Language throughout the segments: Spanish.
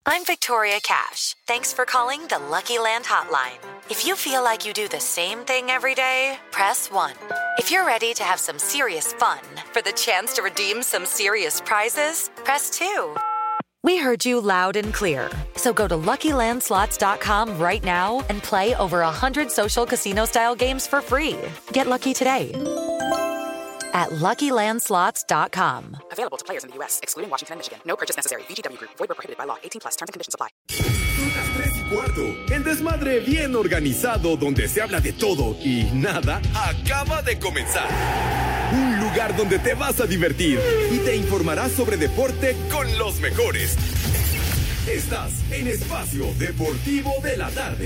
I'm Victoria Cash. Thanks for calling the Lucky Land Hotline. If you feel like you do the same thing every day, press 1. If you're ready to have some serious fun for the chance to redeem some serious prizes, press 2. We heard you loud and clear. So go to LuckyLandSlots.com right now and play over 100 social casino-style games for free. Get lucky today at LuckyLandSlots.com. Available to players in the U.S., excluding Washington and Michigan. No purchase necessary. VGW Group. Void where prohibited by law. 18+. Terms and conditions apply. Son las 3:15. El desmadre bien organizado donde se habla de todo y nada acaba de comenzar. Un lugar donde te vas a divertir y te informarás sobre deporte con los mejores. Estás en Espacio Deportivo de la Tarde.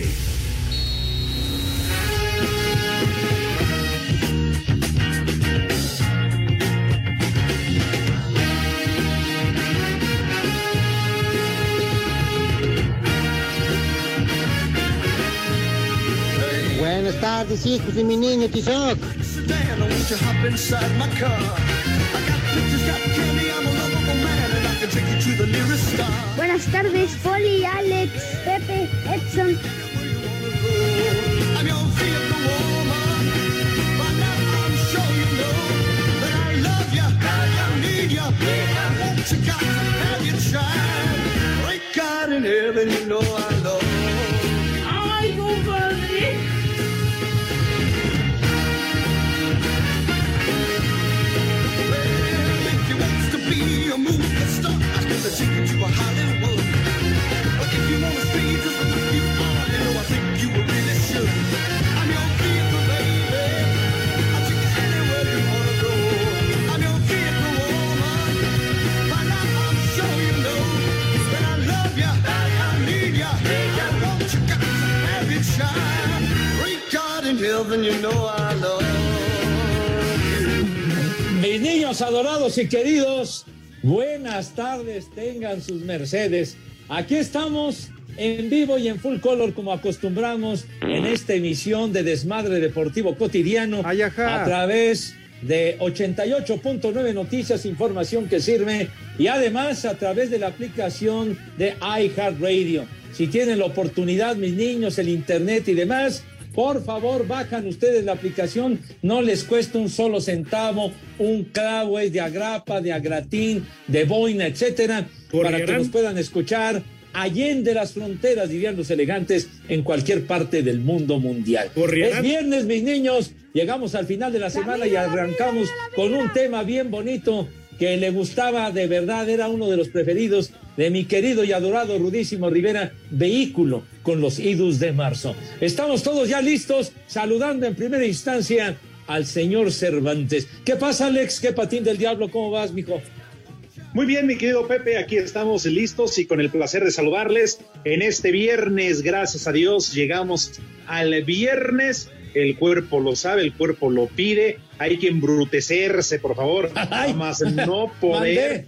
Buenas tardes, hijos de mi niño Tizoc. Buenas tardes, Poli, Alex, Pepe, Edson. ¡Ay, compadre! Mis niños adorados y queridos, buenas tardes, tengan sus mercedes. Aquí estamos en vivo y en full color como acostumbramos en esta emisión de Desmadre Deportivo Cotidiano a través de 88.9 Noticias, información que sirve, y además a través de la aplicación de iHeartRadio. Si tienen la oportunidad, mis niños, el internet y demás, por favor, bajan ustedes la aplicación, no les cuesta un solo centavo, un clavo es de agrapa, de agratín, de boina, etcétera, para que nos puedan escuchar allende las fronteras, dirían los elegantes, en cualquier parte del mundo mundial. Es viernes, mis niños, llegamos al final de la semana y arrancamos con un tema bien bonito que le gustaba de verdad, era uno de los preferidos de mi querido y adorado Rudísimo Rivera, Vehículo, con los Idus de marzo. Estamos todos ya listos, saludando en primera instancia al señor Cervantes. ¿Qué pasa, Alex? ¿Qué patín del diablo? ¿Cómo vas, mijo? Muy bien, mi querido Pepe, aquí estamos listos y con el placer de saludarles en este viernes. Gracias a Dios llegamos al viernes. El cuerpo lo sabe, el cuerpo lo pide. Hay que embrutecerse, por favor. Nada más no poder.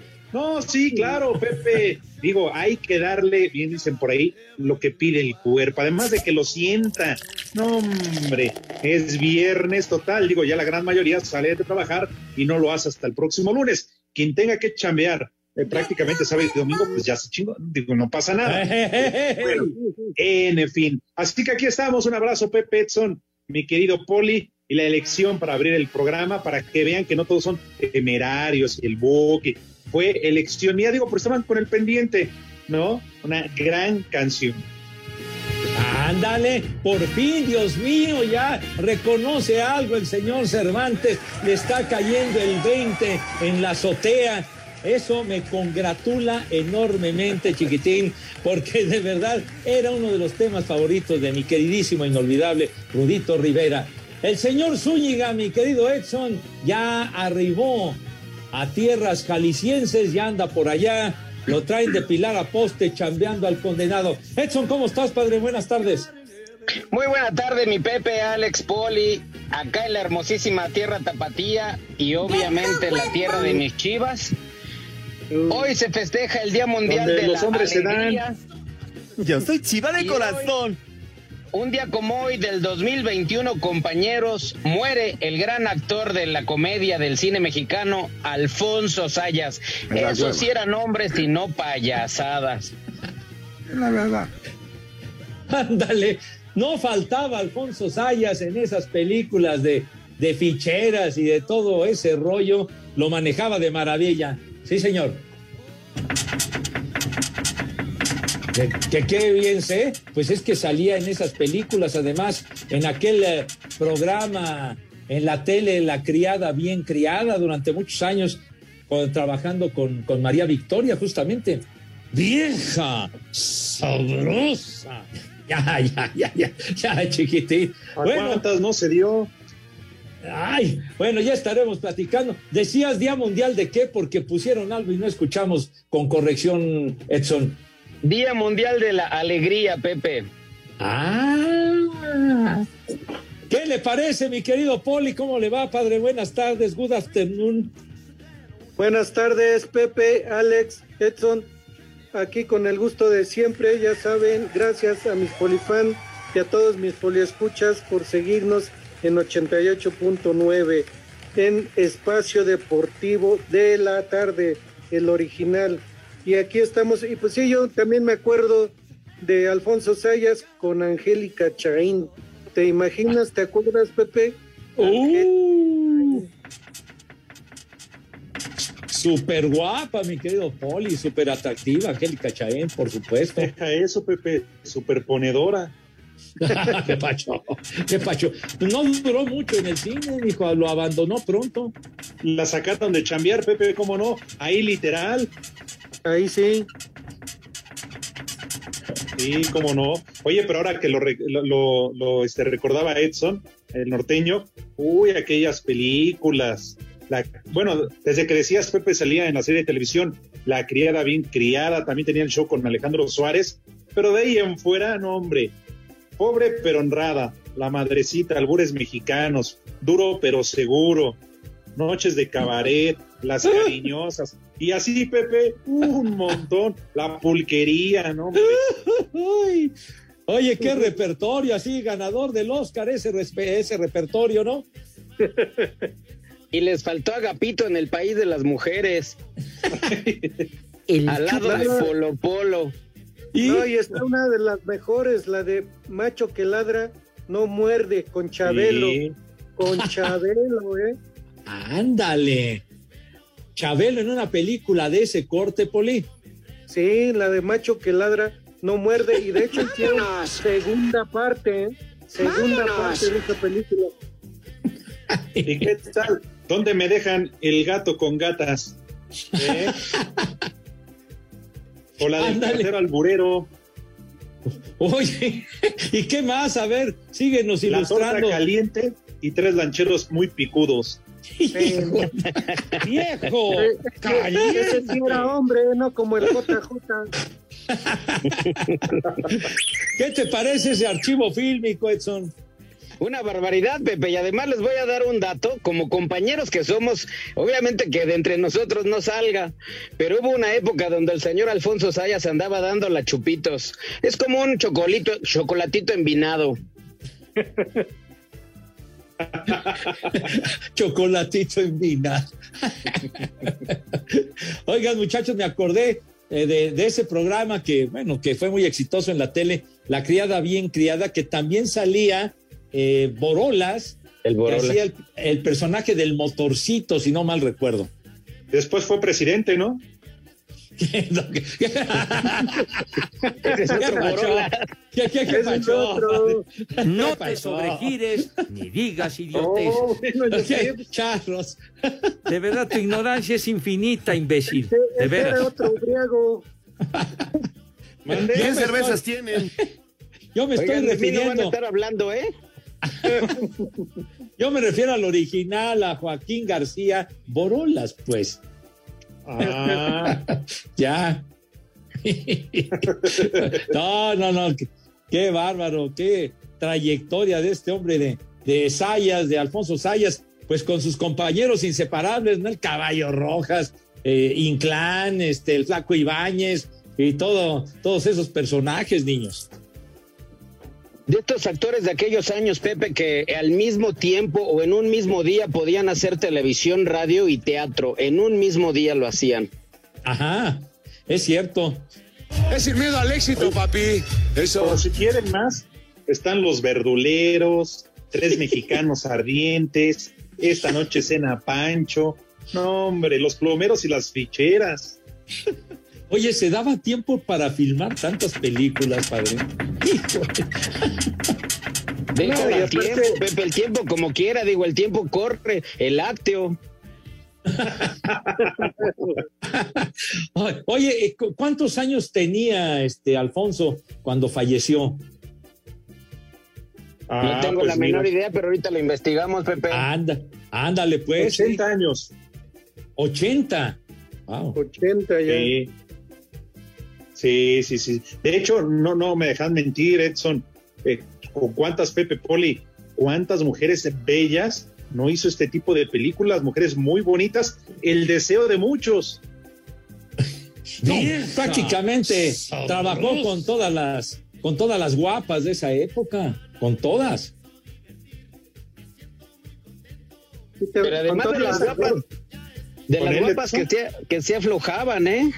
No, sí, claro, Pepe. Digo, hay que darle, bien dicen por ahí, lo que pide el cuerpo. Además de que lo sienta. No, hombre, es viernes total. Digo, ya la gran mayoría sale de trabajar y no lo hace hasta el próximo lunes. Quien tenga que chambear prácticamente sábado y domingo, pues ya se chingó. Digo, no pasa nada. Bueno, en fin. Así que aquí estamos. Un abrazo, Pepe, Edson, mi querido Poli, y la elección para abrir el programa, para que vean que no todos son temerarios, el buque. Fue elección mía, digo, porque estaban con el pendiente, ¿no? Una gran canción. Ándale, por fin, Dios mío, ya reconoce algo el señor Cervantes, le está cayendo el 20 en la azotea. Eso me congratula enormemente, chiquitín, porque de verdad era uno de los temas favoritos de mi queridísimo, inolvidable Rudito Rivera. El señor Zúñiga, mi querido Edson, ya arribó a tierras jaliscienses, ya anda por allá, lo traen de pilar a poste, chambeando al condenado. Edson, ¿cómo estás, padre? Buenas tardes. Muy buena tarde, mi Pepe, Alex, Poli, acá en la hermosísima tierra tapatía y obviamente la tierra de mis Chivas. Hoy se festeja el Día Mundial de los hombres Alegría. Yo soy chiva de corazón. Un día como hoy del 2021, compañeros, muere el gran actor de la comedia del cine mexicano, Alfonso Sayas. Eso sí eran hombres y no payasadas. la verdad. Ándale, no faltaba Alfonso Zayas en esas películas de ficheras y de todo ese rollo, lo manejaba de maravilla. Sí, señor. Que qué bien sé, pues es que salía en esas películas, además, en aquel programa en la tele, La Criada Bien Criada, durante muchos años, trabajando con María Victoria, justamente. ¡Vieja! ¡Sabrosa! Ya, chiquitín. Bueno, ¿cuántas no se dio? Ay, bueno, ya estaremos platicando. Decías Día Mundial de qué, porque pusieron algo y no escuchamos con corrección, Edson. Día Mundial de la Alegría, Pepe. Ah, ¿qué le parece, mi querido Poli? ¿Cómo le va, padre? Buenas tardes, good afternoon. Buenas tardes, Pepe, Alex, Edson. Aquí con el gusto de siempre, ya saben, gracias a mis polifans y a todos mis poliescuchas por seguirnos en 88.9 en Espacio Deportivo de la Tarde, el original. Y aquí estamos, y pues sí, yo también me acuerdo de Alfonso Zayas con Angélica Chaín. ¿Te imaginas, te acuerdas, Pepe? Súper guapa, mi querido Poli, súper atractiva, Angélica Chaín, por supuesto. Deja eso, Pepe, súper ponedora. Qué pacho. No duró mucho en el cine, hijo, lo abandonó pronto. La sacaron de chambear, Pepe, ¿cómo no? Ahí literal. Ahí sí. Sí, cómo no. Oye, pero ahora que lo recordaba Edson, el norteño, aquellas películas. Bueno, desde que decías, Pepe, salía en la serie de televisión La Criada Bien Criada, también tenía el show con Alejandro Suárez, pero de ahí en fuera, no, hombre, pobre pero honrada, La Madrecita, Albures Mexicanos, Duro pero Seguro, Noches de Cabaret, Las Cariñosas, y así, Pepe, un montón, La Pulquería, ¿no? Oye, qué repertorio, así, ganador del Oscar, ese repertorio, ¿no? Y les faltó Agapito en El País de las Mujeres. Al lado de Polo Polo. No, y está una de las mejores, la de Macho que ladra, no muerde, con Chabelo. Sí. Con Chabelo, Ándale. Chabelo en una película de ese corte, Poli. Sí, la de Macho que ladra, no muerde, y de hecho hicieron segunda parte, Segunda parte de esa película. ¿Y qué tal? ¿Dónde me dejan El gato con gatas? O la del tercero alburero. Oye, ¿y qué más? A ver, síguenos ilustrando. La torta caliente y 3 lancheros muy picudos. ¡Viejo! Ese sí era hombre, no como el JJ. ¿Qué te parece ese archivo fílmico, Edson? Una barbaridad, Pepe, y además les voy a dar un dato, como compañeros que somos, obviamente que de entre nosotros no salga, pero hubo una época donde el señor Alfonso Zayas andaba dando la chupitos. Es como un chocolatito envinado. Chocolatito envinado. Oigan, muchachos, me acordé de ese programa que fue muy exitoso en la tele, La Criada Bien Criada, que también salía Borolas, que hacía el personaje del motorcito, si no mal recuerdo. Después fue presidente, ¿no? ¿Qué pasó? No te sobregires ni digas idioteces. Charros. De verdad, tu ignorancia es infinita, imbécil. De veras. Era otro griego. ¿Qué cervezas tienen? Yo me estoy refiriendo. No van a estar hablando, Yo me refiero al original, a Joaquín García Borolas, pues. Ya. No. Qué bárbaro, qué trayectoria de este hombre de Zayas, de Alfonso Zayas, pues con sus compañeros inseparables, ¿no? El Caballo Rojas, Inclán, el Flaco Ibáñez y todos esos personajes, niños. De estos actores de aquellos años, Pepe, que al mismo tiempo o en un mismo día podían hacer televisión, radio y teatro. En un mismo día lo hacían. Ajá, es cierto. Es sin miedo al éxito, papi. Eso. Pero si quieren más, están los verduleros, 3 mexicanos ardientes, esta noche cena Pancho. No, hombre, los plomeros y las ficheras. Oye, ¿se daba tiempo para filmar tantas películas, padre? Déjalo al tiempo, Pepe, el tiempo como quiera, digo, el tiempo corre, el lácteo. Oye, ¿cuántos años tenía Alfonso cuando falleció? No tengo la menor idea, pero ahorita lo investigamos, Pepe. Ándale, pues. 80 años. 80. Wow. 80 ya. Sí. De hecho, no me dejan mentir, Edson. ¿Con cuántas, Pepe Poli, cuántas mujeres bellas no hizo este tipo de películas? Mujeres muy bonitas, el deseo de muchos. No, prácticamente trabajó con todas las guapas de esa época, con todas. Pero además de las guapas, que se aflojaban, ¿eh?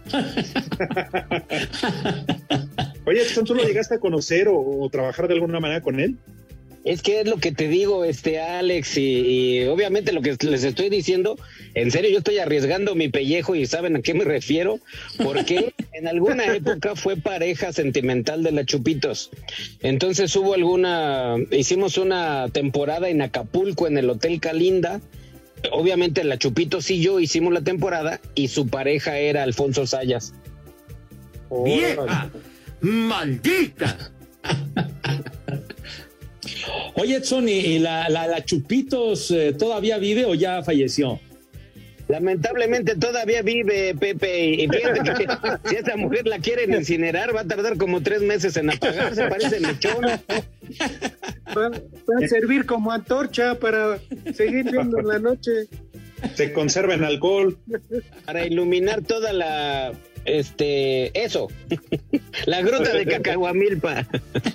Oye, ¿tú lo llegaste a conocer o trabajar de alguna manera con él? Es que es lo que te digo, Alex, y obviamente lo que les estoy diciendo, en serio, yo estoy arriesgando mi pellejo y saben a qué me refiero, porque en alguna época fue pareja sentimental de la Chupitos. Entonces hicimos una temporada en Acapulco, en el Hotel Calinda. Obviamente la Chupitos y yo hicimos la temporada y su pareja era Alfonso Sayas. ¡Vieja! ¡Maldita! Oye, Edson, ¿y la Chupitos todavía vive o ya falleció? Lamentablemente todavía vive, Pepe, y fíjate que si esa mujer la quieren incinerar va a tardar como 3 meses en apagarse, parece mechón. Va a servir como antorcha para seguir viendo en la noche. Se conserva en alcohol. Para iluminar toda la... la gruta de Cacahuamilpa.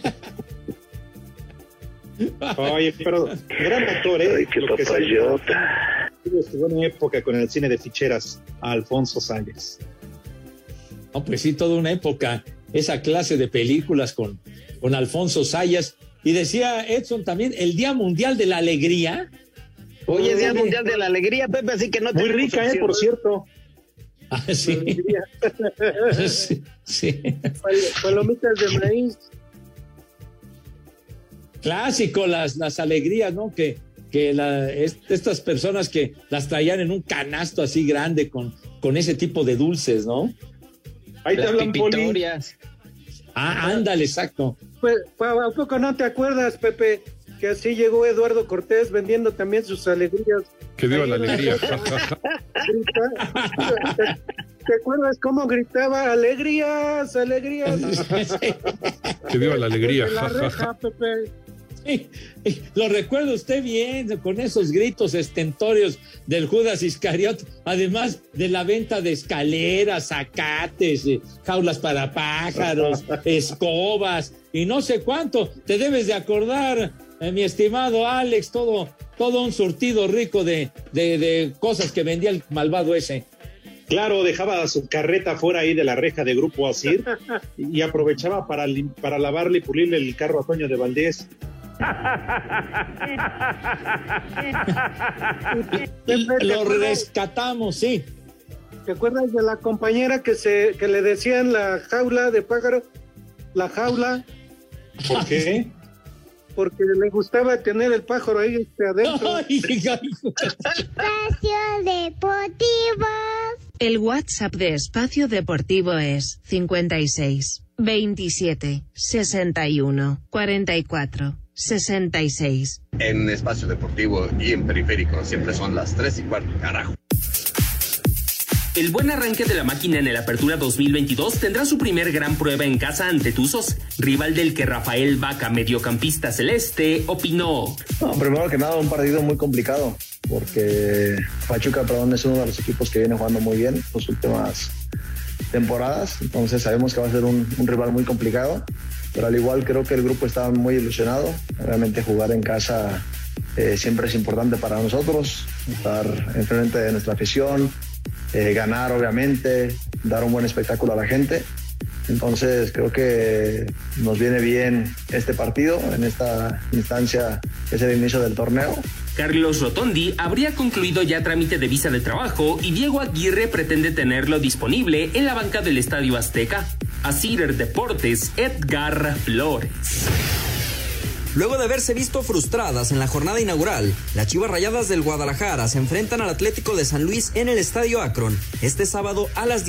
Oye, pero gran actor, ¿eh? Ay, qué papayota. Estuvo en una época con el cine de ficheras, Alfonso Sayas. No, pues sí, toda una época, esa clase de películas con Alfonso Sayas. Y decía Edson también, el Día Mundial de la Alegría. Hoy es Día Mundial de la Alegría, Pepe, así que no te... Muy rica, por cierto. Ah, sí. Sí. Palomitas de maíz. Clásico, las alegrías, ¿no? Que estas personas que las traían en un canasto así grande con ese tipo de dulces, ¿no? Ahí te hablan, Poli. Ándale, exacto. Pues, ¿a poco no te acuerdas, Pepe, que así llegó Eduardo Cortés vendiendo también sus alegrías? Que viva la alegría. ¿Te acuerdas cómo gritaba? ¡Alegrías, alegrías! Que viva la alegría. La reja, Pepe. Sí, lo recuerda usted bien, con esos gritos estentóreos del Judas Iscariote, además de la venta de escaleras, zacates, jaulas para pájaros, escobas y no sé cuánto. Te debes de acordar, mi estimado Alex, todo un surtido rico de cosas que vendía el malvado ese. Claro, dejaba su carreta fuera ahí de la reja de Grupo Asir y aprovechaba para lavarle y pulirle el carro a Toño de Valdés. Lo rescatamos, sí. ¿Te acuerdas de la compañera que le decían la jaula de pájaro? La jaula. ¿Por qué? Porque le gustaba tener el pájaro ahí adentro. Espacio Deportivo. El WhatsApp de Espacio Deportivo es 56 27 61 44 66. En Espacio Deportivo y en Periférico siempre son las 3:15, carajo. El buen arranque de la máquina en el Apertura 2022 tendrá su primer gran prueba en casa ante Tuzos, rival del que Rafael Vaca, mediocampista celeste, opinó. No, primero que nada, un partido muy complicado, porque Pachuca, es uno de los equipos que viene jugando muy bien las últimas temporadas, entonces sabemos que va a ser un rival muy complicado, pero al igual creo que el grupo está muy ilusionado. Obviamente jugar en casa siempre es importante para nosotros, estar enfrente de nuestra afición, ganar obviamente, dar un buen espectáculo a la gente, Entonces creo que nos viene bien este partido en esta instancia que es el inicio del torneo. Carlos Rotondi habría concluido ya trámite de visa de trabajo y Diego Aguirre pretende tenerlo disponible en la banca del Estadio Azteca. Asir Deportes, Edgar Flores. Luego de haberse visto frustradas en la jornada inaugural, las Chivas Rayadas del Guadalajara se enfrentan al Atlético de San Luis en el Estadio Akron este sábado a las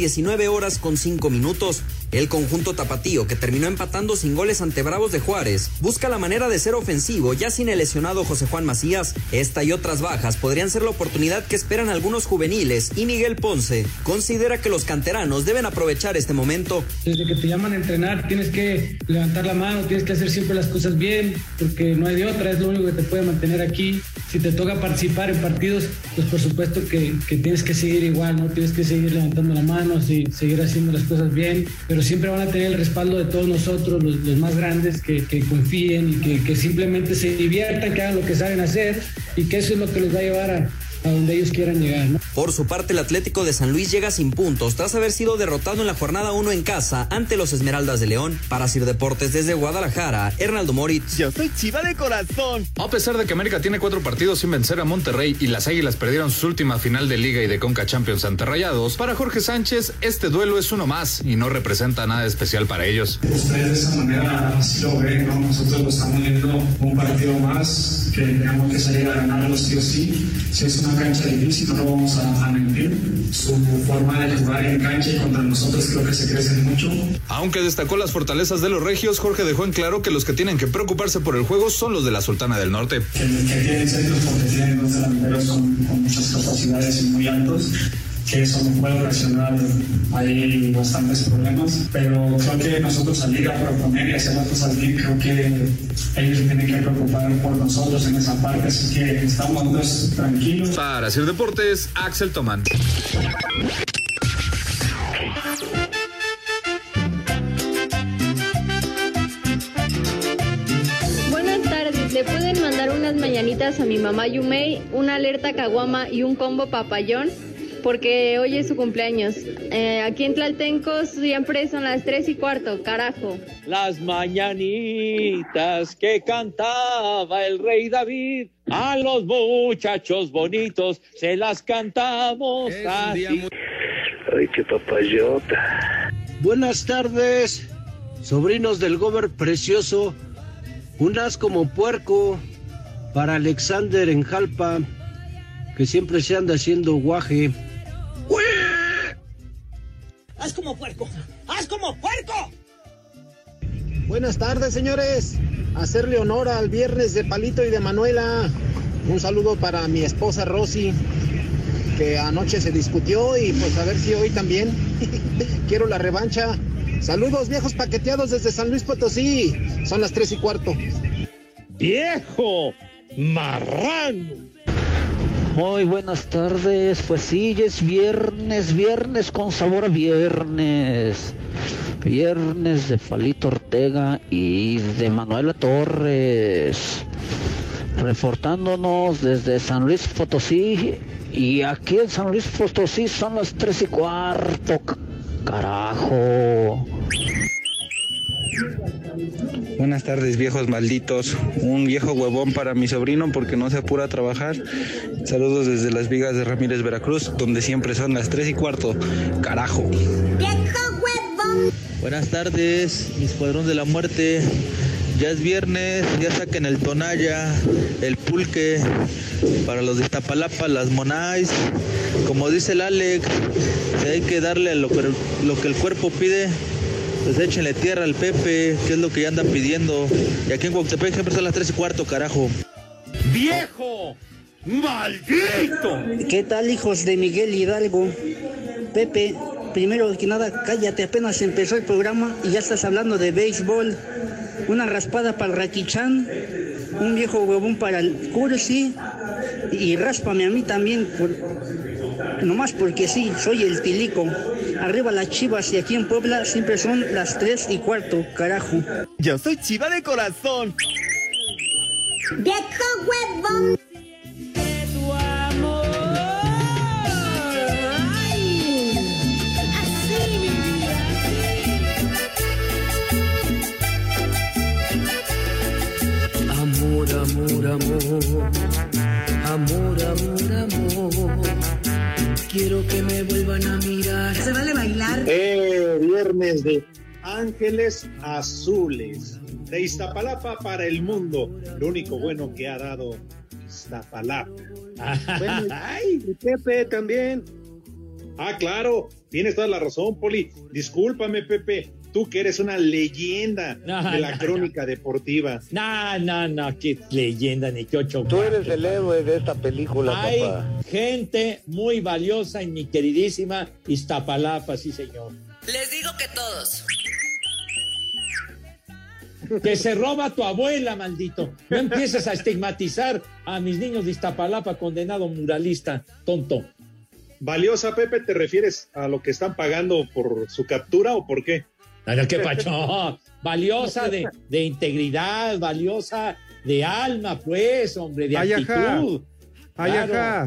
19:05. El conjunto tapatío, que terminó empatando sin goles ante Bravos de Juárez, busca la manera de ser ofensivo ya sin el lesionado José Juan Macías. Esta y otras bajas podrían ser la oportunidad que esperan algunos juveniles, y Miguel Ponce considera que los canteranos deben aprovechar este momento. Desde que te llaman a entrenar tienes que levantar la mano, tienes que hacer siempre las cosas bien, porque no hay de otra, es lo único que te puede mantener aquí. Si te toca participar en partidos, pues por supuesto que tienes que seguir igual, ¿no? Tienes que seguir levantando la mano, seguir haciendo las cosas bien, pero siempre van a tener el respaldo de todos nosotros, los más grandes, que confíen y que simplemente se diviertan, que hagan lo que saben hacer, y que eso es lo que los va a llevar a donde ellos quieran llegar, ¿no? Por su parte, el Atlético de San Luis llega sin puntos tras haber sido derrotado en la jornada 1 en casa ante los Esmeraldas de León. Para Sir Deportes desde Guadalajara, Hernaldo Moritz. Yo soy Chiva de corazón. A pesar de que América tiene 4 partidos sin vencer a Monterrey y las Águilas perdieron su última final de Liga y de Conca Champions ante Rayados, para Jorge Sánchez este duelo es uno más y no representa nada especial para ellos. Ustedes de esa manera así lo ven, ¿no? Nosotros lo estamos viendo un partido más que tenemos que salir a ganarlo sí o sí. Si es una cancha difícil, no lo vamos a mentir. Su forma de jugar en cancha y contra nosotros creo que se crecen mucho. Aunque destacó las fortalezas de los regios, Jorge dejó en claro que los que tienen que preocuparse por el juego son los de la Sultana del Norte. Que tienen centros porque tienen dos delanteros con muchas capacidades y muy altos, que eso nos puede ocasionar ahí bastantes problemas, pero creo que nosotros salir a proponer y hacer las cosas bien, creo que ellos tienen que preocupar por nosotros en esa parte, así que estamos todos tranquilos. Para Sir Deportes, Axel Tomán. Buenas tardes, ¿le pueden mandar unas mañanitas a mi mamá Yumei, una alerta caguama y un combo papayón? Porque hoy es su cumpleaños. Aquí en Tlaltenco siempre son las 3:15, carajo. Las mañanitas que cantaba el rey David, a los muchachos bonitos se las cantamos así. Ay, qué papayota. Buenas tardes, sobrinos del Gober precioso. Unas como puerco para Alexander en Jalpa, que siempre se anda haciendo guaje. ¡Haz como puerco! ¡Haz como puerco! Buenas tardes, señores. Hacerle honor al viernes de Palito y de Manuela. Un saludo para mi esposa Rosy, que anoche se discutió, y pues a ver si hoy también. Quiero la revancha. Saludos, viejos paqueteados desde San Luis Potosí. Son las 3:15. ¡Viejo marrano! Muy buenas tardes, pues sí, ya es viernes con sabor a viernes. Viernes de Palito Ortega y de Manuela Torres. Reportándonos desde San Luis Potosí. Y aquí en San Luis Potosí son las 3:15. Carajo. Buenas tardes, viejos malditos. Un viejo huevón para mi sobrino porque no se apura a trabajar. Saludos desde Las Vigas de Ramírez, Veracruz, donde siempre son las 3:15. Carajo. ¡Viejo huevón! Buenas tardes, mi escuadrón de la muerte. Ya es viernes, ya saquen el tonalla, el pulque, para los de Iztapalapa, las monais. Como dice el Alex, si hay que darle a lo que el cuerpo pide, pues échenle tierra al Pepe, que es lo que ya andan pidiendo. Y aquí en Cuauhtémoc siempre son las 3:15, carajo. ¡Viejo maldito! ¿Qué tal, hijos de Miguel Hidalgo? Pepe, primero que nada, cállate, apenas empezó el programa y ya estás hablando de béisbol. Una raspada para el Raquichan, un viejo huevón para el Cursi, y ráspame a mí también, nomás porque sí, soy el Tilico. Arriba las Chivas, y aquí en Puebla siempre son las 3:15, carajo. Yo soy Chiva de corazón. ¡Viejo huevón! amor, amor, amor, amor. Quiero que me vuelvan a mirar. ¿Se vale bailar? Viernes de Ángeles Azules. De Iztapalapa para el mundo. Lo único bueno que ha dado Iztapalapa. Bueno, ay, Pepe también. Ah, claro, tienes toda la razón, Poli. Discúlpame, Pepe. Tú que eres una leyenda de la crónica deportiva. No, qué leyenda, ni qué ocho. Tú eres el héroe de esta película, Hay papá. gente muy valiosa en mi queridísima Iztapalapa, sí, señor. Les digo que todos. Que se roba tu abuela, maldito. No empieces a estigmatizar a mis niños de Iztapalapa, condenado muralista, tonto. ¿Valiosa, Pepe, te refieres a lo que están pagando por su captura o por qué? ¿Qué pacho? Valiosa de integridad, valiosa de alma, pues, hombre, de actitud. Ayajá.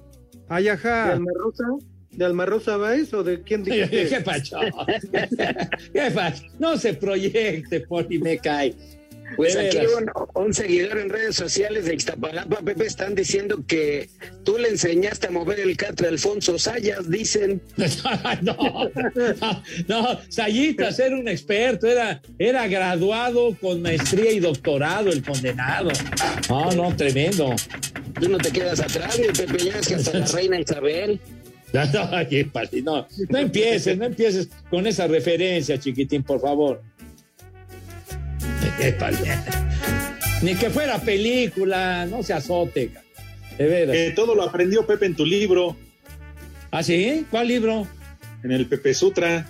¿De Almarrosa Báez o de quién dijiste? ¿Qué pacho? ¿Qué pacho? No se proyecte, Poli, me cae. Pues aquí un seguidor en redes sociales de Iztapalapa, Pepe, están diciendo que tú le enseñaste a mover el catre a Alfonso Sayas, dicen. No, Sayitas era un experto, era graduado con maestría y doctorado, el condenado. No, tremendo. Tú no te quedas atrás, Pepe, ya es que hasta la reina Isabel. No empieces con esa referencia, chiquitín, por favor. Ni que fuera película, no se azote, de veras. Todo lo aprendió Pepe en tu libro. ¿Ah, sí? ¿Cuál libro? En el Pepe Sutra.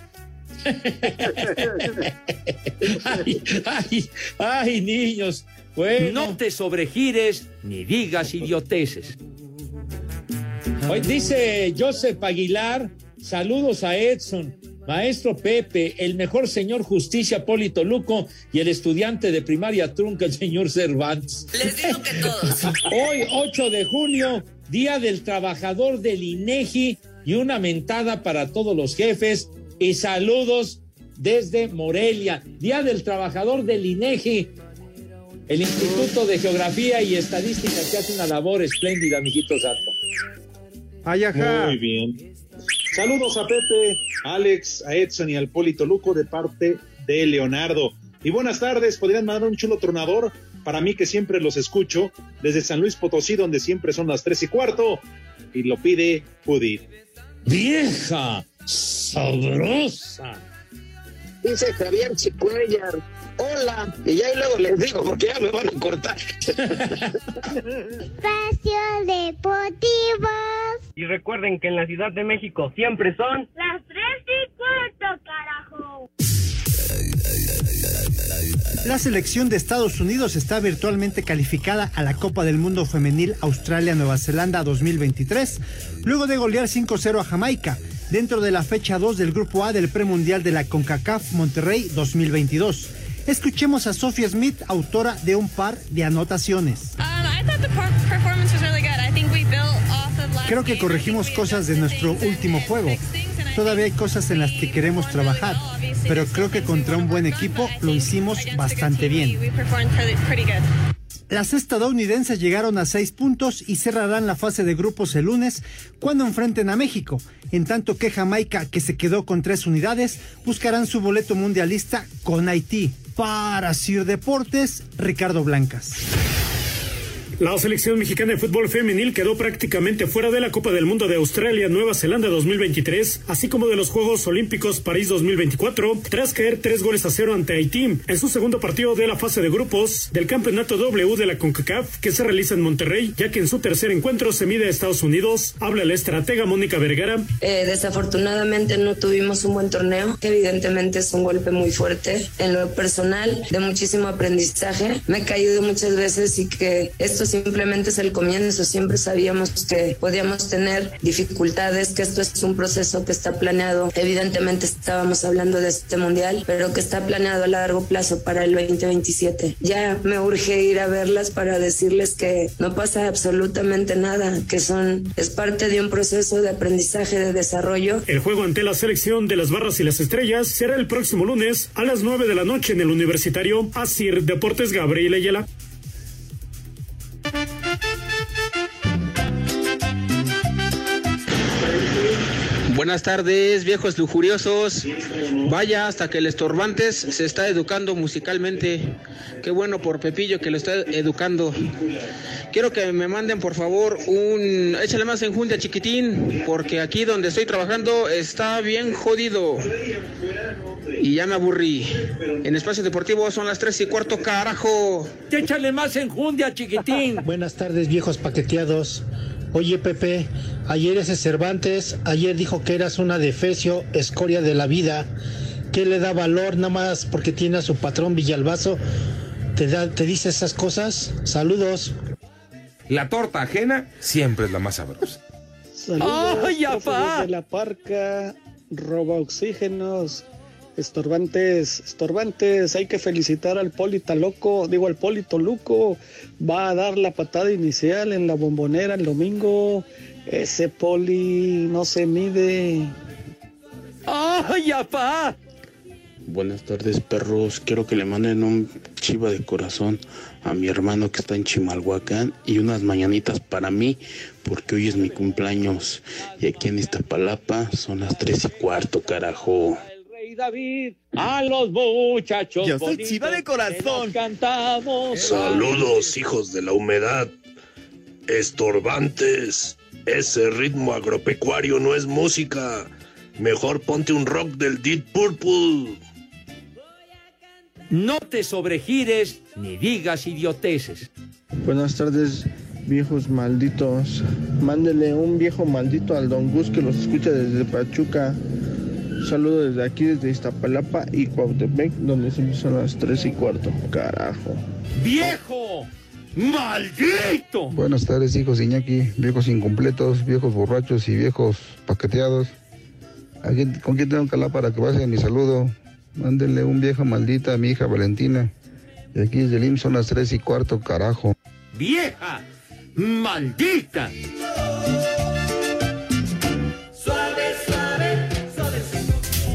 Ay, niños. Bueno. No te sobregires ni digas idioteces. Hoy dice Joseph Aguilar, saludos a Edson, maestro Pepe, el mejor señor Justicia Polito Luco y el estudiante de primaria trunca, el señor Cervantes. Les digo que todos. Hoy, 8 de junio, Día del Trabajador del INEGI, y una mentada para todos los jefes y saludos desde Morelia. Día del Trabajador del INEGI, el Instituto de Geografía y Estadística, que hace una labor espléndida, mijito santo. Muy bien. Saludos a Pepe, a Alex, a Edson y al Polito Luco de parte de Leonardo. Y buenas tardes, podrían mandar un chulo tronador para mí que siempre los escucho desde San Luis Potosí, donde siempre son las 3:15, y lo pide Judith. ¡Vieja sabrosa! Dice Javier Chicuellar, hola, y ya luego les digo porque ya me van a cortar. Espacio Deportivo. Y recuerden que en la Ciudad de México siempre son las 3:15, carajo. La selección de Estados Unidos está virtualmente calificada a la Copa del Mundo Femenil Australia-Nueva Zelanda 2023, luego de golear 5-0 a Jamaica, dentro de la fecha 2 del Grupo A del Premundial de la CONCACAF Monterrey 2022. Escuchemos a Sophia Smith, autora de un par de anotaciones. Creo que corregimos cosas de nuestro último juego. Todavía hay cosas en las que queremos trabajar, pero creo que contra un buen equipo lo hicimos bastante bien. Las estadounidenses llegaron a 6 puntos y cerrarán la fase de grupos el lunes cuando enfrenten a México, en tanto que Jamaica, que se quedó con 3 unidades, buscarán su boleto mundialista con Haití. Para Sir Deportes, Ricardo Blancas. La selección mexicana de fútbol femenil quedó prácticamente fuera de la Copa del Mundo de Australia-Nueva Zelanda 2023, así como de los Juegos Olímpicos París 2024, tras caer 3-0 ante Haití en su segundo partido de la fase de grupos del Campeonato W de la CONCACAF, que se realiza en Monterrey, ya que en su tercer encuentro se mide a Estados Unidos. Habla la estratega Mónica Vergara. Desafortunadamente no tuvimos un buen torneo, que evidentemente es un golpe muy fuerte. En lo personal, de muchísimo aprendizaje, me he caído muchas veces y que esto simplemente es el comienzo. Siempre sabíamos que podíamos tener dificultades, que esto es un proceso que está planeado. Evidentemente estábamos hablando de este mundial, pero que está planeado a largo plazo para el 2027. Ya me urge ir a verlas para decirles que no pasa absolutamente nada, que es parte de un proceso de aprendizaje, de desarrollo. El juego ante la selección de las Barras y las Estrellas será el próximo lunes a las 9 de la noche en el Universitario. Asir Deportes, Gabriel Ayala. Buenas tardes, viejos lujuriosos. Vaya, hasta que el Estorbantes se está educando musicalmente. Qué bueno por Pepillo que lo está educando. Quiero que me manden, por favor, échale más enjundia, chiquitín, porque aquí donde estoy trabajando está bien jodido. Y ya me aburrí. En Espacio Deportivo son las 3:15, carajo. Échale más enjundia, chiquitín. Buenas tardes, viejos paqueteados. Oye, Pepe, ayer ese Cervantes, ayer dijo que eras una defecio, escoria de la vida. ¿Qué le da valor nada más porque tiene a su patrón Villalbazo? ¿Te dice esas cosas? Saludos. La torta ajena siempre es la más sabrosa. Saludos, ¡ay, apá! de la parca, roba oxígenos, estorbantes, hay que felicitar al Polito Luco, va a dar la patada inicial en la Bombonera el domingo, ese Poli no se mide. ¡Ay, apá! Buenas tardes, perros. Quiero que le manden un chiva de corazón a mi hermano que está en Chimalhuacán y unas mañanitas para mí, porque hoy es mi cumpleaños. Y aquí en Iztapalapa son las 3:15, carajo. El rey David, a los muchachos. Yo soy chiva de corazón. Cantamos. Saludos, hijos de la humedad. Estorbantes. Ese ritmo agropecuario no es música. Mejor ponte un rock del Deep Purple. No te sobregires ni digas idioteces. Buenas tardes, viejos malditos. Mándele un viejo maldito al Don Gus que los escucha desde Pachuca. Saludo desde aquí, desde Iztapalapa y Cuautepec, donde siempre son las 3:15, carajo. ¡Viejo! ¡Maldito! Buenas tardes, hijos Iñaki, viejos incompletos, viejos borrachos y viejos paqueteados. ¿Con quién tengo que hablar para que pasen mi saludo? Mándenle un vieja maldita a mi hija Valentina. Y aquí desde el IMSS son las 3:15, carajo. ¡Vieja! ¡Maldita! Suave, suave, suavecito.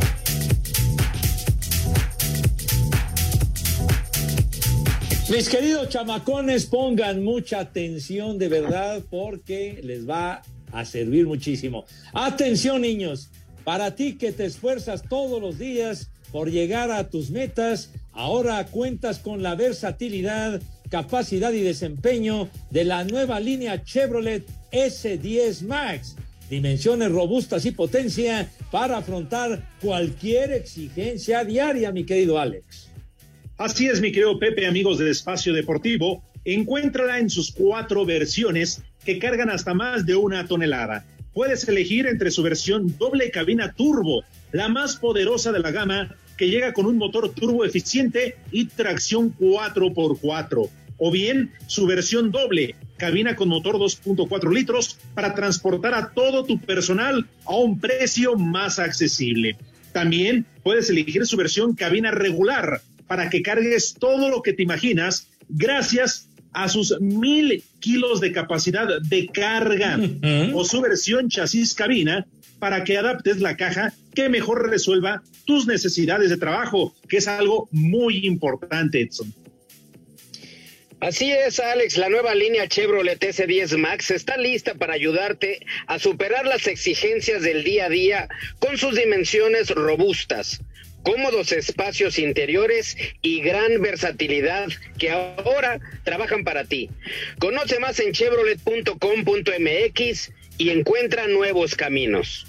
Mis queridos chamacones, pongan mucha atención de verdad porque les va a servir muchísimo. Atención, niños. Para ti que te esfuerzas todos los días por llegar a tus metas, ahora cuentas con la versatilidad, capacidad y desempeño de la nueva línea Chevrolet S10 Max. Dimensiones robustas y potencia para afrontar cualquier exigencia diaria, mi querido Alex. Así es, mi querido Pepe, amigos del Espacio Deportivo. Encuéntrala en sus 4 versiones que cargan hasta más de 1 tonelada. Puedes elegir entre su versión doble cabina turbo, la más poderosa de la gama, que llega con un motor turbo eficiente y tracción 4x4. O bien su versión doble, cabina con motor 2.4 litros, para transportar a todo tu personal a un precio más accesible. También puedes elegir su versión cabina regular, para que cargues todo lo que te imaginas, gracias a sus 1,000 kilos de capacidad de carga, o su versión chasis cabina, para que adaptes la caja que mejor resuelva tus necesidades de trabajo, que es algo muy importante, Edson. Así es, Alex, la nueva línea Chevrolet S10 Max está lista para ayudarte a superar las exigencias del día a día con sus dimensiones robustas, cómodos espacios interiores y gran versatilidad que ahora trabajan para ti. Conoce más en chevrolet.com.mx y encuentra nuevos caminos.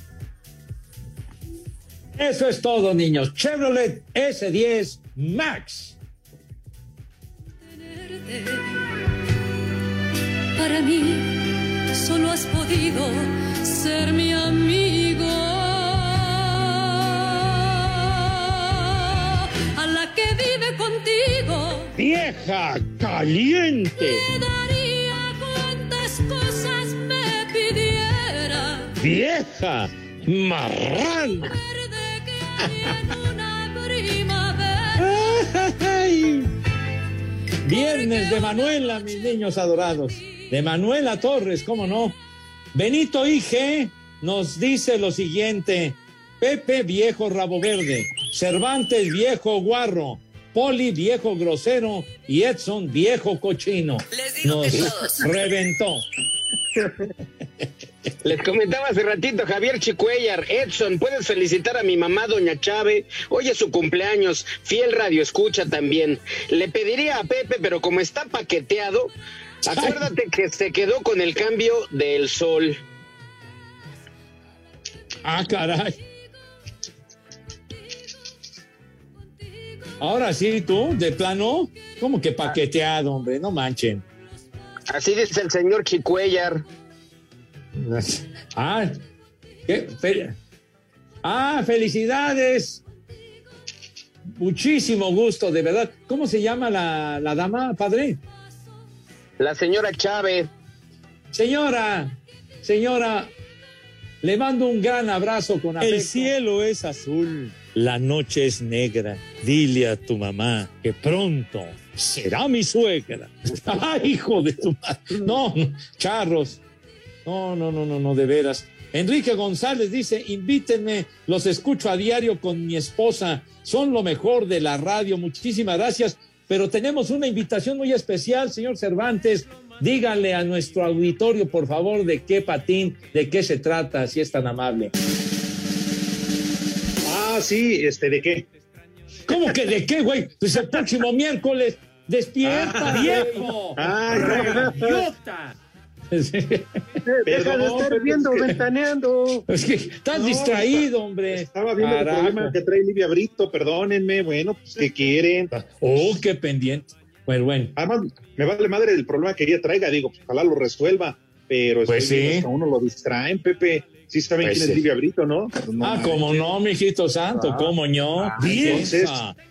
Eso es todo, niños. Chevrolet S10 Max. Para mí solo has podido ser mi amigo. A la que vive contigo. ¡Vieja caliente! Te daría cuantas cosas me pidiera. ¡Vieja marrana! Verde que hay en una primavera. ¡Ay! Viernes de Manuela, mis niños adorados. De Manuela Torres, ¿cómo no? Benito IG nos dice lo siguiente: Pepe, viejo rabo verde; Cervantes, viejo guarro; Poli, viejo grosero; y Edson, viejo cochino. Les digo nos que todos. reventó. Les comentaba hace ratito, Javier Chicuellar, Edson, puedes felicitar a mi mamá, doña Chave. Hoy es su cumpleaños, fiel radio escucha también. Le pediría a Pepe, pero como está paqueteado, acuérdate que se quedó con el cambio del sol. Ah, caray. Ahora sí, tú, de plano, ¿cómo que paqueteado, hombre? No manchen. Así dice el señor Chicuellar. Felicidades. Muchísimo gusto, de verdad. ¿Cómo se llama la dama, padre? La señora Chávez. Señora, le mando un gran abrazo con afecto. El cielo es azul, la noche es negra. Dile a tu mamá que pronto será mi suegra. ¡Ay, hijo de tu madre! No, charros. No, de veras. Enrique González dice, invítenme, los escucho a diario con mi esposa, son lo mejor de la radio, muchísimas gracias, pero tenemos una invitación muy especial, señor Cervantes, díganle a nuestro auditorio, por favor, de qué patín, de qué se trata, si es tan amable. Ah, sí, ¿de qué? ¿Cómo que de qué, güey? Pues el próximo miércoles, despierta, viejo. ¡Idiota! Deja de estar viendo, ventaneando. Es que estás distraído, hombre. Estaba viendo el problema que trae Livia Brito, perdónenme. Bueno, pues, ¿qué quieren? Qué pendiente. Bueno. Además, me vale madre el problema que ella traiga, digo, pues, ojalá lo resuelva, pero pues sí. A uno lo distraen, Pepe. Sí saben pues quién es Livia Brito, ¿no? Pues no cómo no, mijito santo, cómo no. Entonces,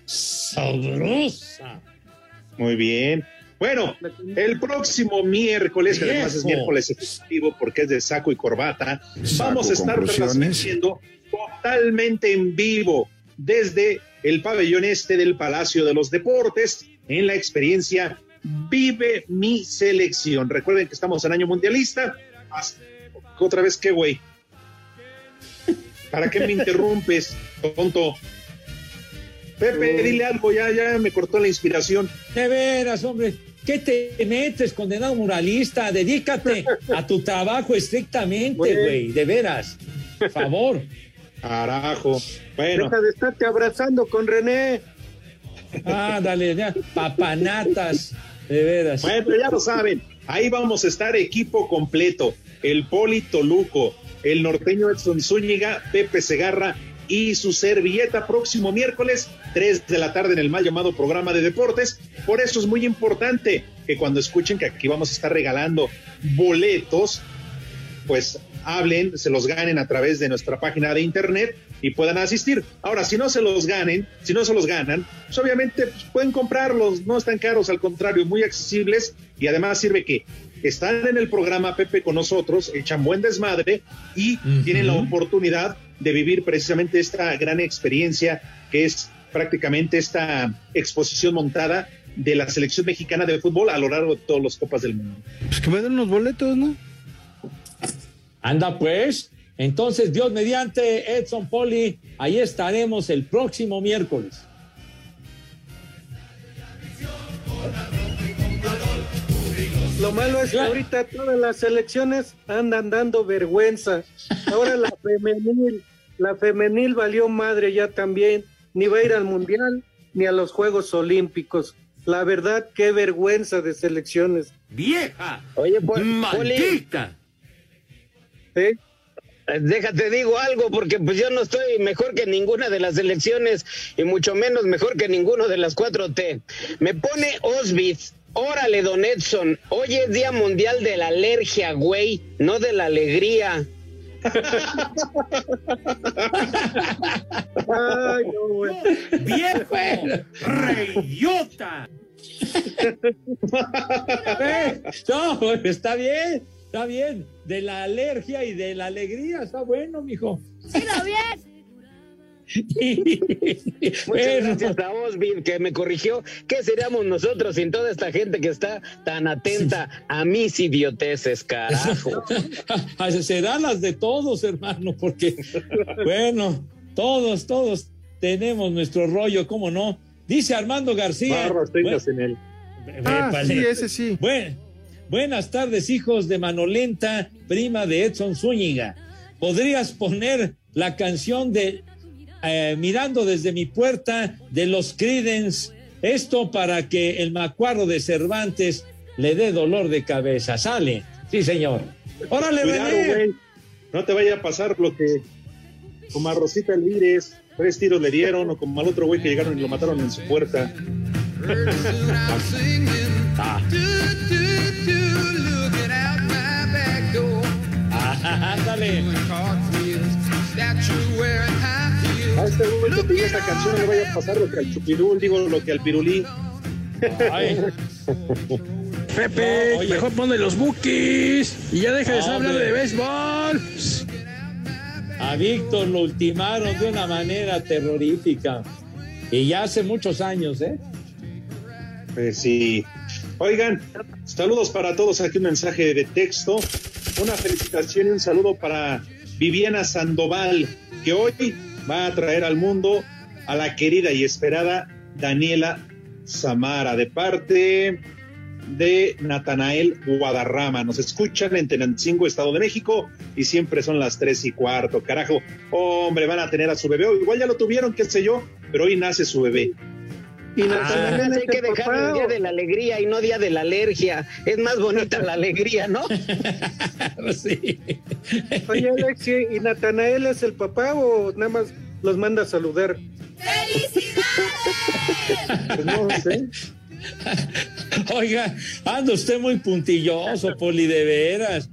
sabrosa. Muy bien. Bueno, el próximo miércoles, que además es miércoles festivo porque es de saco y corbata, vamos a estar transmitiendo totalmente en vivo desde el pabellón este del Palacio de los Deportes en la experiencia Vive mi Selección. Recuerden que estamos en año mundialista. Otra vez, ¿qué güey? ¿Para qué me interrumpes, tonto? Pepe, dile algo, ya me cortó la inspiración. De veras, hombre, ¿qué te metes, condenado muralista? Dedícate a tu trabajo estrictamente, güey, de veras. Por favor. Carajo. Bueno. Deja de estarte abrazando con René. Dale, ya. Papanatas, de veras. Bueno, ya lo saben, ahí vamos a estar equipo completo. El Poli Toluco, el norteño Edson Zúñiga, Pepe Segarra y su servilleta próximo miércoles 3 de la tarde en el mal llamado programa de deportes. Por eso es muy importante que cuando escuchen que aquí vamos a estar regalando boletos, pues hablen, se los ganen a través de nuestra página de internet y puedan asistir. Ahora, si no se los ganan, pues obviamente pues pueden comprarlos, no están caros, al contrario, muy accesibles, y además sirve que están en el programa Pepe con nosotros, echan buen desmadre y tienen la oportunidad de vivir precisamente esta gran experiencia que es prácticamente esta exposición montada de la selección mexicana de fútbol a lo largo de todas las copas del mundo. Pues que me den unos boletos, ¿no? Anda pues, entonces Dios mediante, Edson, Poli, ahí estaremos el próximo miércoles. Lo malo es que ahorita todas las selecciones andan dando vergüenza. Ahora la femenil valió madre ya también. Ni va a ir al Mundial ni a los Juegos Olímpicos. La verdad, qué vergüenza de selecciones. ¡Vieja! Oye, ¡maldita! ¿Sí? Déjate digo algo, porque pues yo no estoy mejor que ninguna de las selecciones y mucho menos mejor que ninguno de las 4T. Me pone Osbitz. Órale, don Edson, hoy es Día Mundial de la Alergia, güey, no de la alegría. Ay, no, güey. ¡Viejo! ¡Reyota! No, está bien. De la alergia y de la alegría, está bueno, mijo. ¡Dilo bien! Muchas gracias a Osbin que me corrigió. ¿Qué seríamos nosotros sin toda esta gente que está tan atenta a mis idioteces, carajo? Serán las de todos, hermano, porque bueno, todos tenemos nuestro rollo, ¿cómo no? Dice Armando García. Barras tengas en él. Sí, ese sí. Buenas tardes, hijos de Manolenta, prima de Edson Zúñiga. ¿Podrías poner la canción de Mirando desde mi puerta de los Creedence? Esto para que el macuarro de Cervantes le dé dolor de cabeza. ¿Sale? Sí, señor. ¡Órale, Cuidado, René! güey. No te vaya a pasar lo que como a Rosita Elvírez, 3 tiros le dieron, o como al otro güey que llegaron y lo mataron en su puerta. Ándale. A este güey que pidió esta canción no le vaya a pasar lo que al Chupirul, digo lo que al Pirulí. Ay. Pepe, No, oye. mejor ponle los Bukis y ya deja de hablar de béisbol. A Víctor lo ultimaron de una manera terrorífica. Y ya hace muchos años, ¿eh? Pues sí. Oigan, saludos para todos. Aquí un mensaje de texto. Una felicitación y un saludo para Viviana Sandoval, que hoy va a traer al mundo a la querida y esperada Daniela Samara, de parte de Natanael Guadarrama. Nos escuchan en Tenancingo, Estado de México, y siempre son las 3:15. Carajo, hombre, van a tener a su bebé. Igual ya lo tuvieron, qué sé yo, pero hoy nace su bebé. Y hay que dejar el día de la alegría y no día de la alergia. Es más bonita la alegría, ¿no? Sí. Oye, Alexi, ¿y Natanael es el papá o nada más los manda a saludar? Pues no sé. Oiga, anda usted muy puntilloso, Poli, de veras.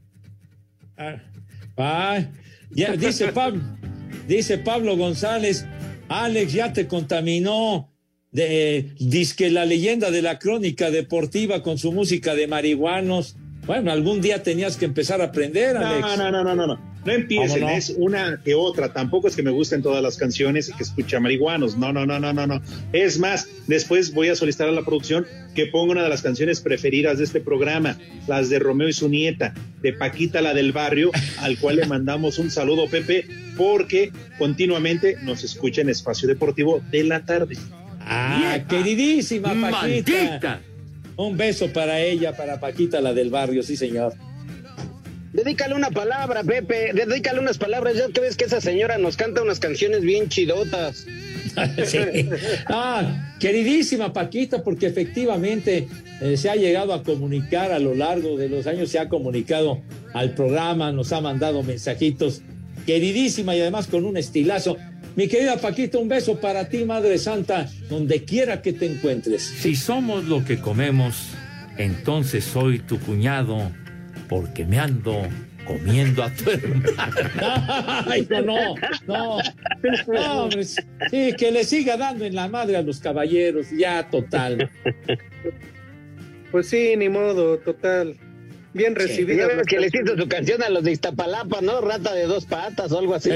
Ya, dice Pablo González, Alex, ya te contaminó. Dizque la leyenda de la crónica deportiva con su música de marihuanos. Bueno, algún día tenías que empezar a aprender, Alex. No empiecen, no? Es una que otra. Tampoco es que me gusten todas las canciones y que escuche marihuanos. No. Es más, después voy a solicitar a la producción que ponga una de las canciones preferidas de este programa, las de Romeo y su nieta, de Paquita, la del barrio, al cual le mandamos un saludo, Pepe, porque continuamente nos escucha en Espacio Deportivo de la tarde. Queridísima Paquita. ¡Maldita! Un beso para ella, para Paquita, la del barrio, sí, señor. Dedícale una palabra, Pepe, dedícale unas palabras. Ya que ves que esa señora nos canta unas canciones bien chidotas. Sí. Queridísima Paquita, porque efectivamente se ha llegado a comunicar a lo largo de los años, se ha comunicado al programa, nos ha mandado mensajitos. Queridísima y además con un estilazo. Mi querida Paquita, un beso para ti, Madre Santa, donde quiera que te encuentres. Si somos lo que comemos, entonces soy tu cuñado, porque me ando comiendo a tu hermano. Ay, no, hombre, sí, que le siga dando en la madre a los caballeros, ya, total. Pues sí, ni modo, total. Bien recibida. Sí, que le hizo su canción a los de Iztapalapa, ¿no? Rata de 2 patas o algo así.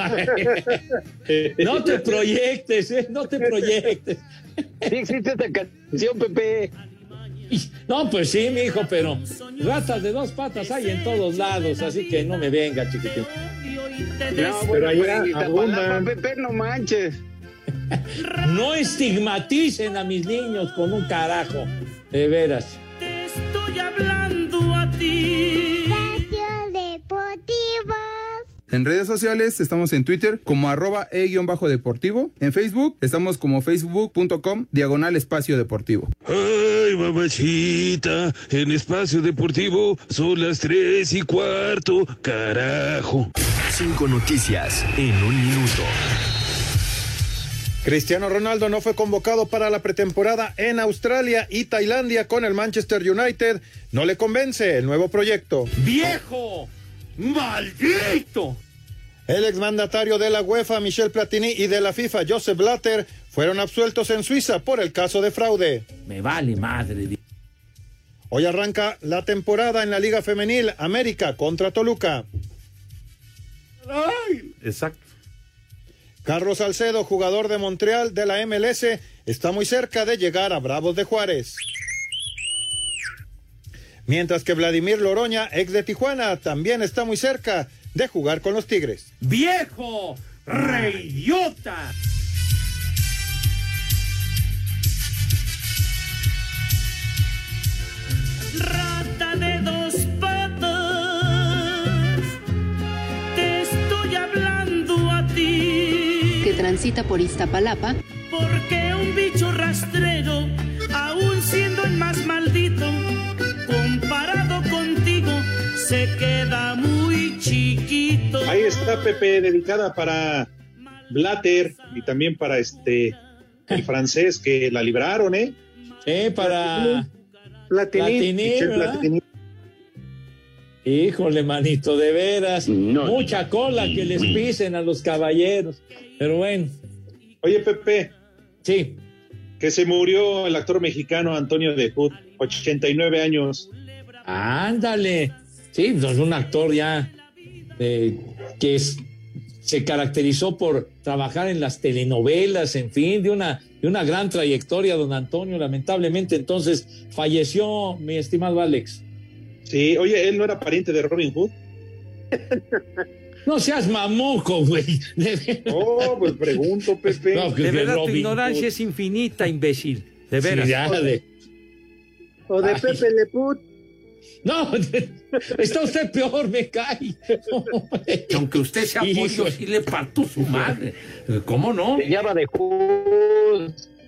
No te proyectes, no te proyectes. Sí existe esta canción, Pepe. No, pues sí, mijo, pero ratas de 2 patas hay en todos lados, así que no me venga, chiquitín. No, bueno, pero Iztapalapa, Pepe, no manches. No estigmaticen a mis niños con un carajo, de veras. Estoy hablando a ti. Espacio Deportivo. En redes sociales estamos en Twitter como @e_deportivo. En Facebook estamos como facebook.com/Espacio Deportivo. Ay, mamachita, en Espacio Deportivo son las 3:15, carajo. 5 noticias en un minuto. Cristiano Ronaldo no fue convocado para la pretemporada en Australia y Tailandia con el Manchester United. No le convence el nuevo proyecto. ¡Viejo! ¡Maldito! El exmandatario de la UEFA, Michel Platini, y de la FIFA, Joseph Blatter, fueron absueltos en Suiza por el caso de fraude. Me vale madre. Hoy arranca la temporada en la Liga Femenil, América contra Toluca. Ay, exacto. Carlos Salcedo, jugador de Montreal de la MLS, está muy cerca de llegar a Bravos de Juárez. Mientras que Vladimir Loroña, ex de Tijuana, también está muy cerca de jugar con los Tigres. ¡Viejo! ¡Reidiota! Rata transita por Iztapalapa. Porque un bicho rastrero, aún siendo el más maldito, comparado contigo, se queda muy chiquito. Ahí está, Pepe, dedicada para Blatter y también para el francés que la libraron, Para Platini, ¿verdad? Híjole, manito, de veras, mucha cola que les pisen a los caballeros, pero bueno. Oye, Pepe. Sí. Que se murió el actor mexicano Antonio de Hood, 89 años. Ándale. Sí, pues un actor ya que se caracterizó por trabajar en las telenovelas, en fin, de una gran trayectoria, don Antonio. Lamentablemente, entonces, falleció mi estimado Alex. Sí, oye, ¿él no era pariente de Robin Hood? No seas mamuco, güey. Oh, pues pregunto, Pepe. No, de verdad, tu ignorancia es infinita, imbécil. De veras. Sí, o de Pepe Le Put. No, está usted peor, me cae. Aunque usted sea pollo, sí le parto su madre. ¿Cómo no? Se llama de Hood.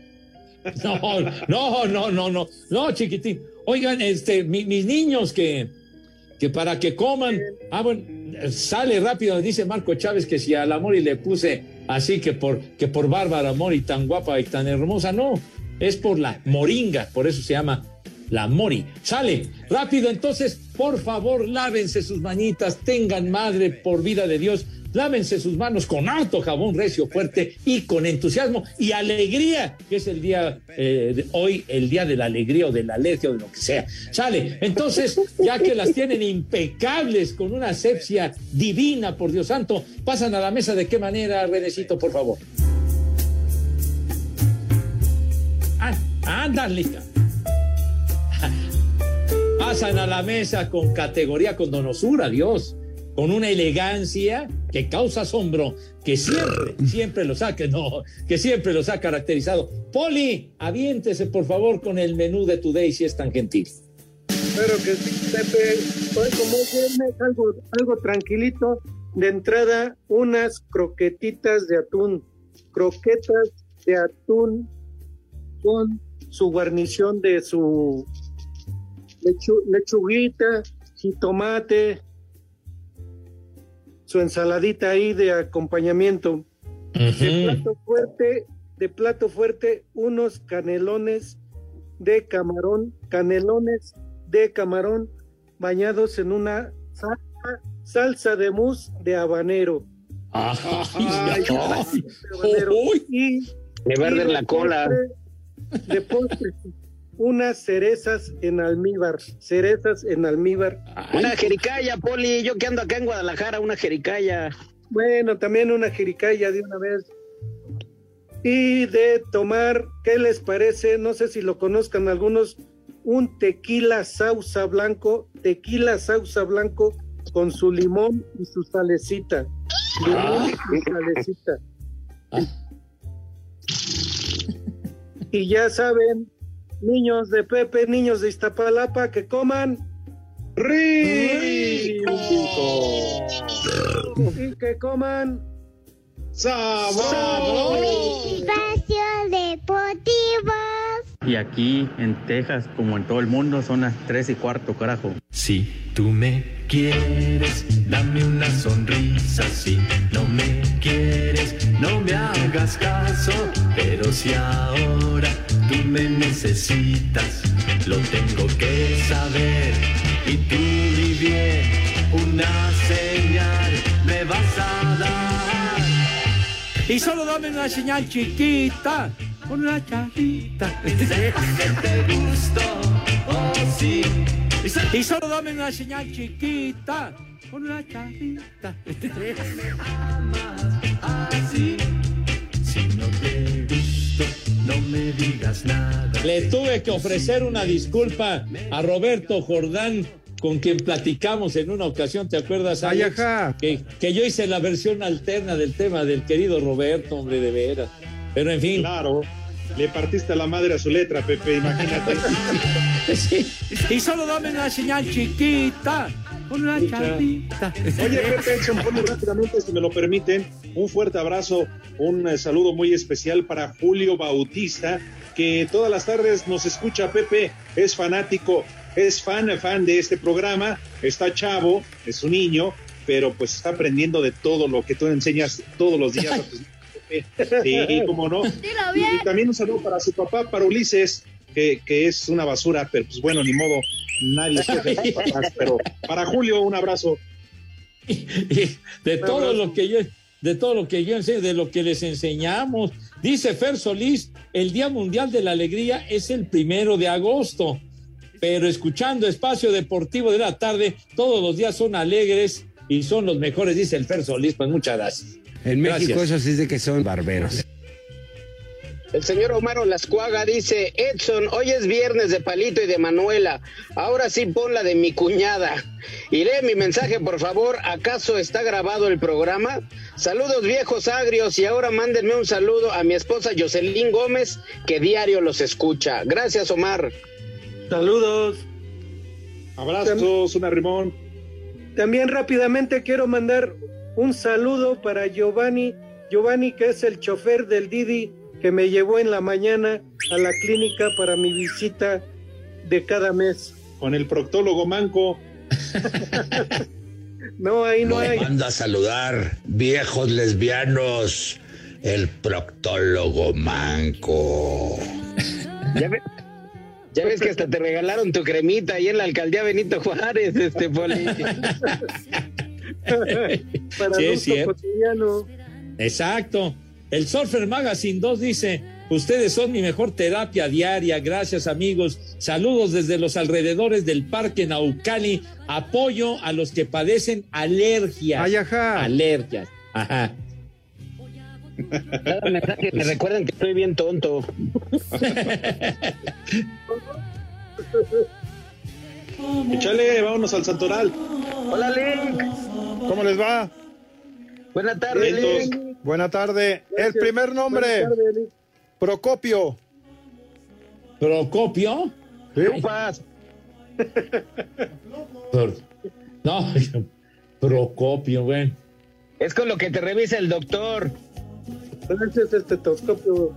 No, chiquitín. Oigan, mis niños que para que coman, bueno, sale rápido, dice Marco Chávez que si a la Mori le puse así que por Bárbara Mori tan guapa y tan hermosa, no, es por la moringa, por eso se llama la Mori. Sale rápido, entonces, por favor, lávense sus manitas, tengan madre por vida de Dios. Lávense sus manos con harto jabón recio, fuerte y con entusiasmo y alegría, que es el día de hoy, el día de la alegría o de la alergia o de lo que sea. Sale. Entonces, ya que las tienen impecables, con una asepsia divina, por Dios santo, pasan a la mesa. ¿De qué manera, Renecito, por favor? Ándale. Pasan a la mesa con categoría, con donosura, Dios, con una elegancia que causa asombro, que siempre los ha caracterizado. Poli, aviéntese por favor con el menú de Today, si es tan gentil. Claro que sí, Pepe. Hoy como viernes, algo tranquilito. De entrada, unas croquetitas de atún. Croquetas de atún con su guarnición de su lechuguita, jitomate, su ensaladita ahí de acompañamiento. De plato fuerte, unos canelones de camarón bañados en una salsa de mousse de habanero. Y me va a arder la cola. De postre, unas cerezas en almíbar. Una jericaya, Poli, yo que ando acá en Guadalajara, una jericaya. Bueno, también una jericaya de una vez. Y de tomar, ¿qué les parece? No sé si lo conozcan algunos, un tequila sauza blanco con su limón y su salecita. Y ya saben, niños de Pepe, niños de Iztapalapa, que coman rico. Y que coman sabroso. Espacio Deportivo. Y aquí en Texas, como en todo el mundo, son las 3:15, carajo. Si tú me quieres, dame una sonrisa. Si no me quieres, no me hagas caso. Pero si ahora tú me necesitas, lo tengo que saber. Y tú ni bien una señal me vas a dar. Y solo dame una señal chiquita, con una charrita. Que te gustó, oh sí. Y solo dame una señal chiquita, con una charrita. Me amas así. Si no te gusto, no me digas nada. Le tuve que ofrecer una disculpa a Roberto Jordán, con quien platicamos en una ocasión, ¿te acuerdas, Alex? Que yo hice la versión alterna del tema del querido Roberto, hombre, de veras. Pero en fin. Claro, le partiste la madre a su letra, Pepe, imagínate. Sí. Y solo dame una señal chiquita, por la chapita. Oye, Pepe, Edson, rápidamente, si me lo permiten, un fuerte abrazo, un saludo muy especial para Julio Bautista, que todas las tardes nos escucha. Pepe es fanático, es fan de este programa, está chavo, es un niño, pero pues está aprendiendo de todo lo que tú enseñas todos los días a tus hijos, Pepe. Sí, cómo no. Y también un saludo para su papá, para Ulises, que es una basura, pero pues bueno, ni modo, nadie puede ser papás, pero para Julio un abrazo. De todo lo que yo enseño, de lo que les enseñamos. Dice Fer Solís, el Día Mundial de la Alegría es el 1 de agosto, pero escuchando Espacio Deportivo de la tarde, todos los días son alegres y son los mejores, dice el Fer Solís. Pues muchas gracias. En México Gracias. eso sí es de que son barberos. El señor Omar Olascuaga dice, Edson, hoy es viernes de Palito y de Manuela, ahora sí pon la de mi cuñada. Y lee mi mensaje, por favor, ¿acaso está grabado el programa? Saludos viejos agrios, y ahora mándenme un saludo a mi esposa Jocelyn Gómez, que diario los escucha. Gracias, Omar. Saludos. Abrazos, una rimón. También rápidamente quiero mandar un saludo para Giovanni, que es el chofer del Didi, que me llevó en la mañana a la clínica para mi visita de cada mes. Con el proctólogo manco. No, ahí no hay. Manda a saludar, viejos lesbianos, el proctólogo manco. Ya ves que hasta te regalaron tu cremita ahí en la alcaldía Benito Juárez, Poli. Para Sí, el uso cotidiano. Exacto. El Surfer Magazine 2 dice, ustedes son mi mejor terapia diaria, gracias amigos, saludos desde los alrededores del Parque Naucali, apoyo a los que padecen alergias. Ay, ajá. Alergias, ajá. Cada mensaje me recuerdan que estoy bien tonto. Échale, vámonos al Santoral. Hola, Link. ¿Cómo les va? Buenas tardes, Link. Buena tarde. El primer nombre. Procopio. ¿Procopio? Lupas. No, Procopio, güey. Es con lo que te revisa el doctor. Gracias, estetoscopio.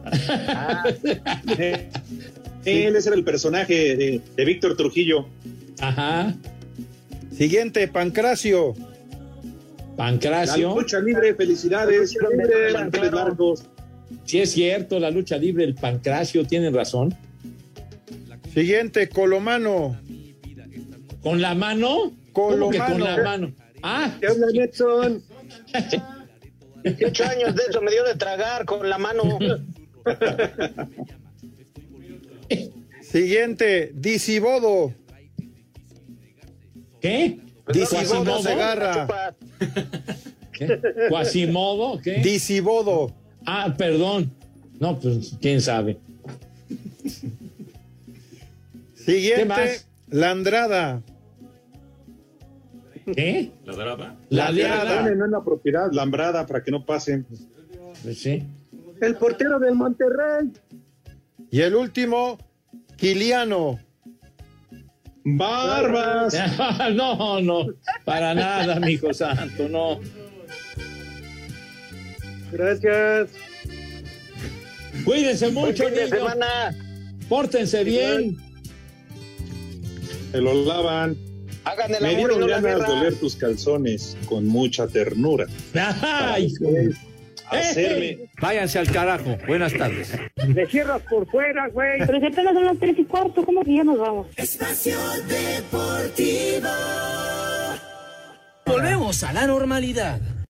Él es el personaje de Víctor Trujillo. Ajá. Siguiente, Pancracio. Pancracio. La lucha libre, felicidades. Manteles largos. Sí, es cierto, la lucha libre, el Pancracio, tienen razón. Siguiente, Colomano. ¿Con la mano? ¿Cómo que con la mano? Ah. ¿Qué habla, Edson? 18 años de eso me dio de tragar con la mano. Siguiente, Disibodo. ¿Qué? Disibodo Segarra. ¿Qué? ¿Quasimodo? ¿Qué? Disibodo. Ah, perdón. No, pues quién sabe. Siguiente, ¿Qué más? Landrada. ¿Qué? ¿Ladrada? Ladrada. No en la propiedad, lambrada, para que no pasen. Pues sí. El portero del Monterrey. Y el último, Quiliano. Barbas. No, para nada, mijo santo, no. Gracias. Cuídense mucho, Buen fin de niños. semana. Pórtense bien. Se lo lavan. Hagan el Me amor y dieron no la ganas de guerra. oler tus calzones con mucha ternura. Ay, Hacerme. Váyanse al carajo. Buenas tardes. Le cierras por fuera, güey. Pero si apenas son las 3:15, ¿cómo que ya nos vamos? Espacio Deportivo. Volvemos a la normalidad.